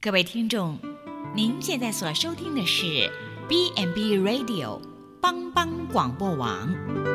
各位听众，您现在所收听的是 B&B Radio 帮帮广播网。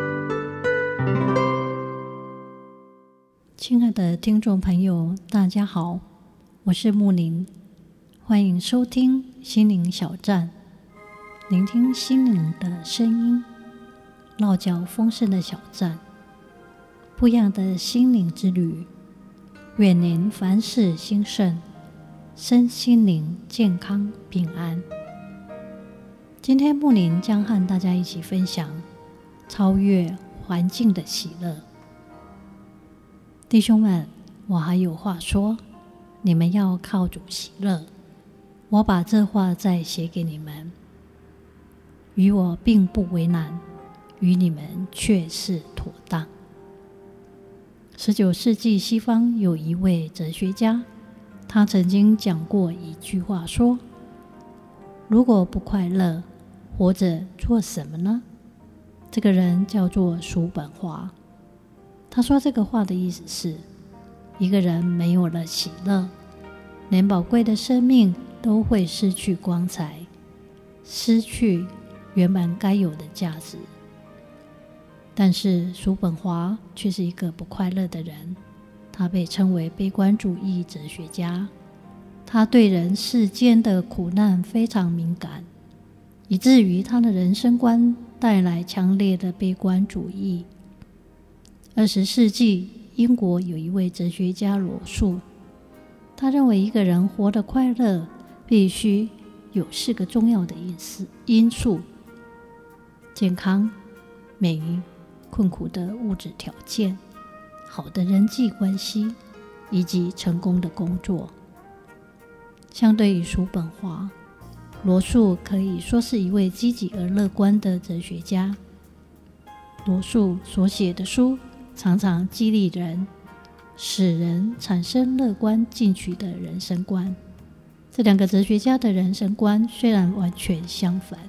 亲爱的听众朋友，大家好，我是木林，欢迎收听心灵小站，聆听心灵的声音，落脚丰盛的小站，不一样的心灵之旅。愿您凡事兴盛，身心灵健康平安。今天木林将和大家一起分享超越环境的喜乐。弟兄们，我还有话说，你们要靠主喜乐。我把这话再写给你们，与我并不为难，与你们却是妥当。19世纪西方有一位哲学家，他曾经讲过一句话说，如果不快乐，活着做什么呢？这个人叫做叔本华。他说这个话的意思是，一个人没有了喜乐，连宝贵的生命都会失去光彩，失去原本该有的价值。但是叔本华却是一个不快乐的人，他被称为悲观主义哲学家。他对人世间的苦难非常敏感，以至于他的人生观带来强烈的悲观主义。20世纪，英国有一位哲学家罗素，他认为一个人活得快乐，必须有4个重要的因素：健康、美、困苦的物质条件、好的人际关系，以及成功的工作。相对于叔本华，罗素可以说是一位积极而乐观的哲学家。罗素所写的书常常激励人，使人产生乐观进取的人生观。这2个哲学家的人生观虽然完全相反，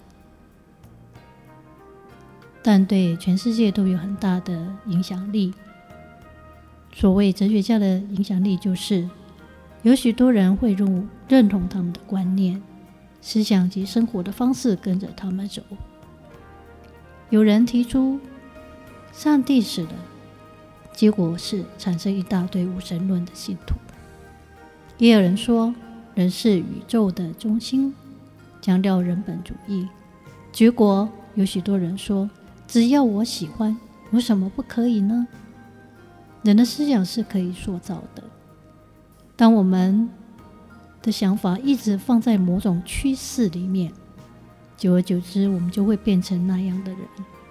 但对全世界都有很大的影响力。所谓哲学家的影响力，就是有许多人会认同他们的观念、思想及生活的方式，跟着他们走。有人提出上帝死了，结果是产生一大堆无神论的信徒。也有人说人是宇宙的中心，强调人本主义，结果有许多人说只要我喜欢，有什么不可以呢？人的思想是可以塑造的，当我们的想法一直放在某种趋势里面，久而久之，我们就会变成那样的人。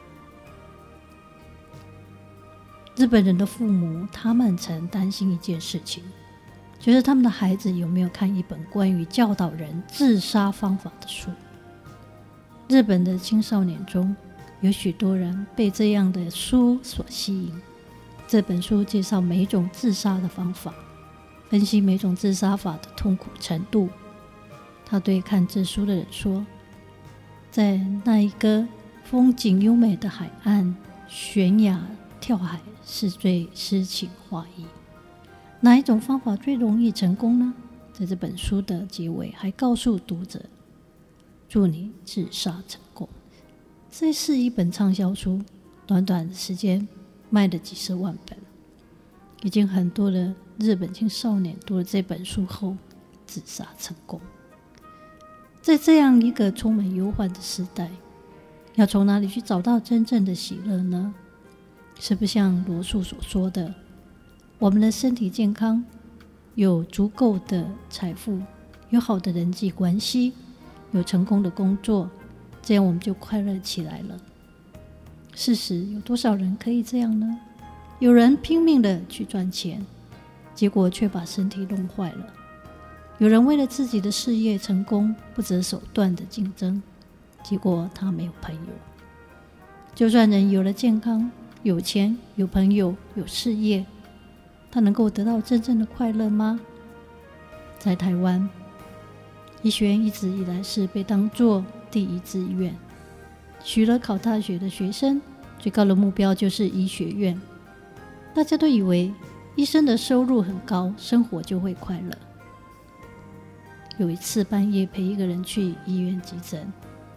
日本人的父母，他们曾担心一件事情，就是他们的孩子有没有看一本关于教导人自杀方法的书。日本的青少年中有许多人被这样的书所吸引。这本书介绍每一种自杀的方法，分析每种自杀法的痛苦程度。他对看这书的人说，在那一个风景优美的海岸，悬崖跳海是最诗情画意。哪一种方法最容易成功呢？在这本书的结尾还告诉读者，祝你自杀成功。这是一本畅销书，短短的时间卖了几十万本，已经很多的日本青少年读了这本书后自杀成功。在这样一个充满忧患的时代，要从哪里去找到真正的喜乐呢？是不是像罗素所说的，我们的身体健康，有足够的财富，有好的人际关系，有成功的工作，这样我们就快乐起来了。事实有多少人可以这样呢？有人拼命的去赚钱，结果却把身体弄坏了。有人为了自己的事业成功，不择手段的竞争，结果他没有朋友。就算人有了健康、有钱、有朋友、有事业，他能够得到真正的快乐吗？在台湾，医学院一直以来是被当作第一志愿，许了考大学的学生最高的目标就是医学院。大家都以为医生的收入很高，生活就会快乐。 有一次半夜陪一个人去医院急诊，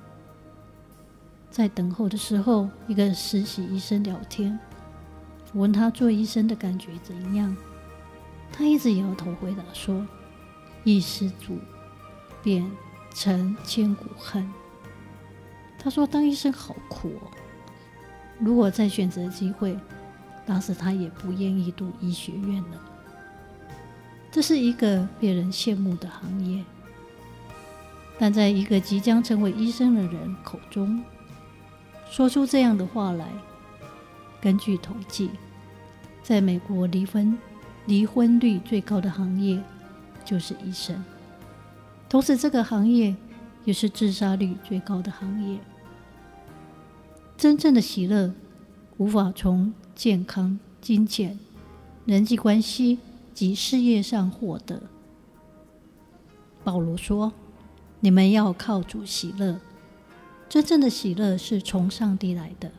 在等候的时候，一个实习医生聊天，我问他做医生的感觉怎样，他一直摇头回答说：一失足便成千古恨。他说当医生好苦哦，如果再选择机会，当时他也不愿意读医学院了。这是一个别人羡慕的行业，但在一个即将成为医生的人口中说出这样的话来，根据统计，在美国离婚率最高的行业就是医生，同时这个行业也是自杀率最高的行业。真正的喜乐无法从健康、金钱、人际关系及事业上获得。保罗说：你们要靠主喜乐，真正的喜乐是从上帝来的。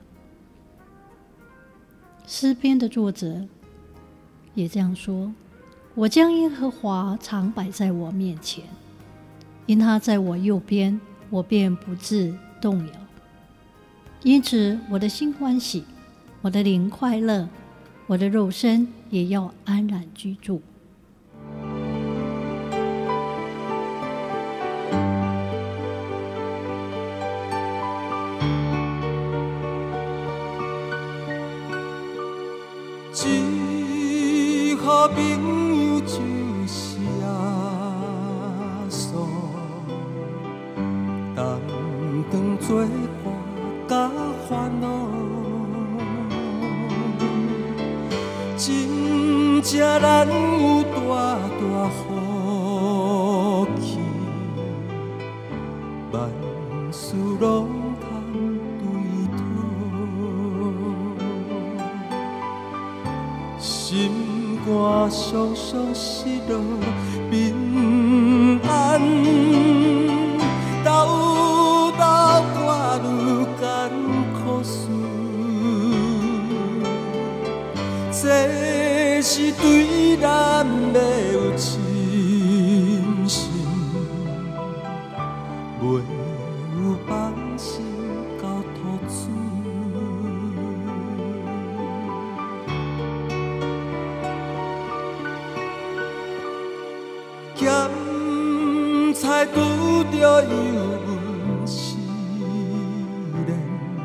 诗篇的作者也这样说：我将耶和华常摆在我面前，因他在我右边，我便不致动摇。因此我的心欢喜，我的灵快乐，我的肉身也要安然居住。 一好朋友就是耶稣，担当作伴甲烦恼，真正咱有大大福气，万事拢通对讨。心肝常常失落平安，斗看愈艰苦事，这是对咱要有信心，袂有放心交托主。咸菜拄着油温试炼，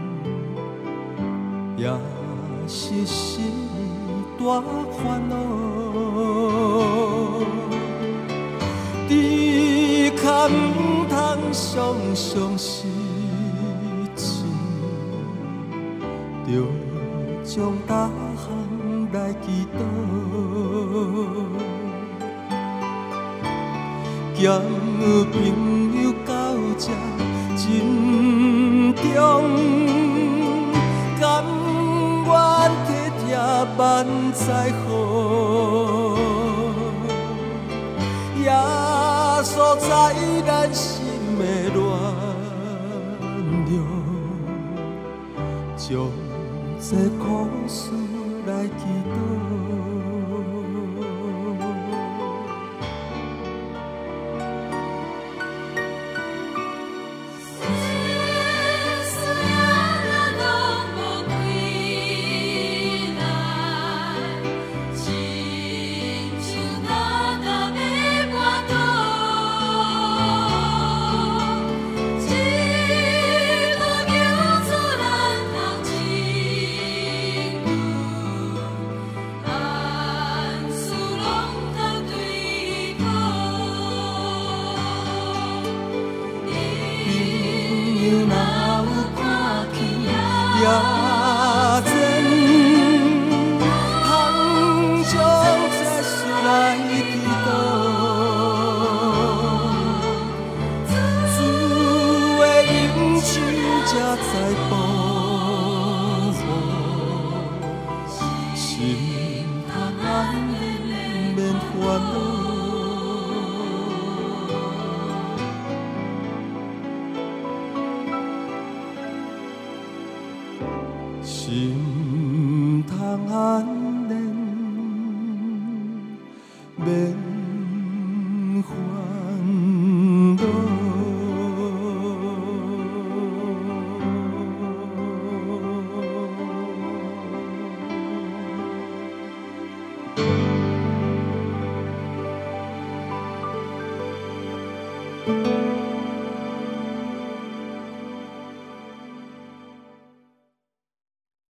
也是心大烦恼。只可唔通常常失志，着将大项来祈祷。咸朋友到这真重，甘愿体贴万载好，耶稣在咱心的软弱，将这苦事来祈祷。在步。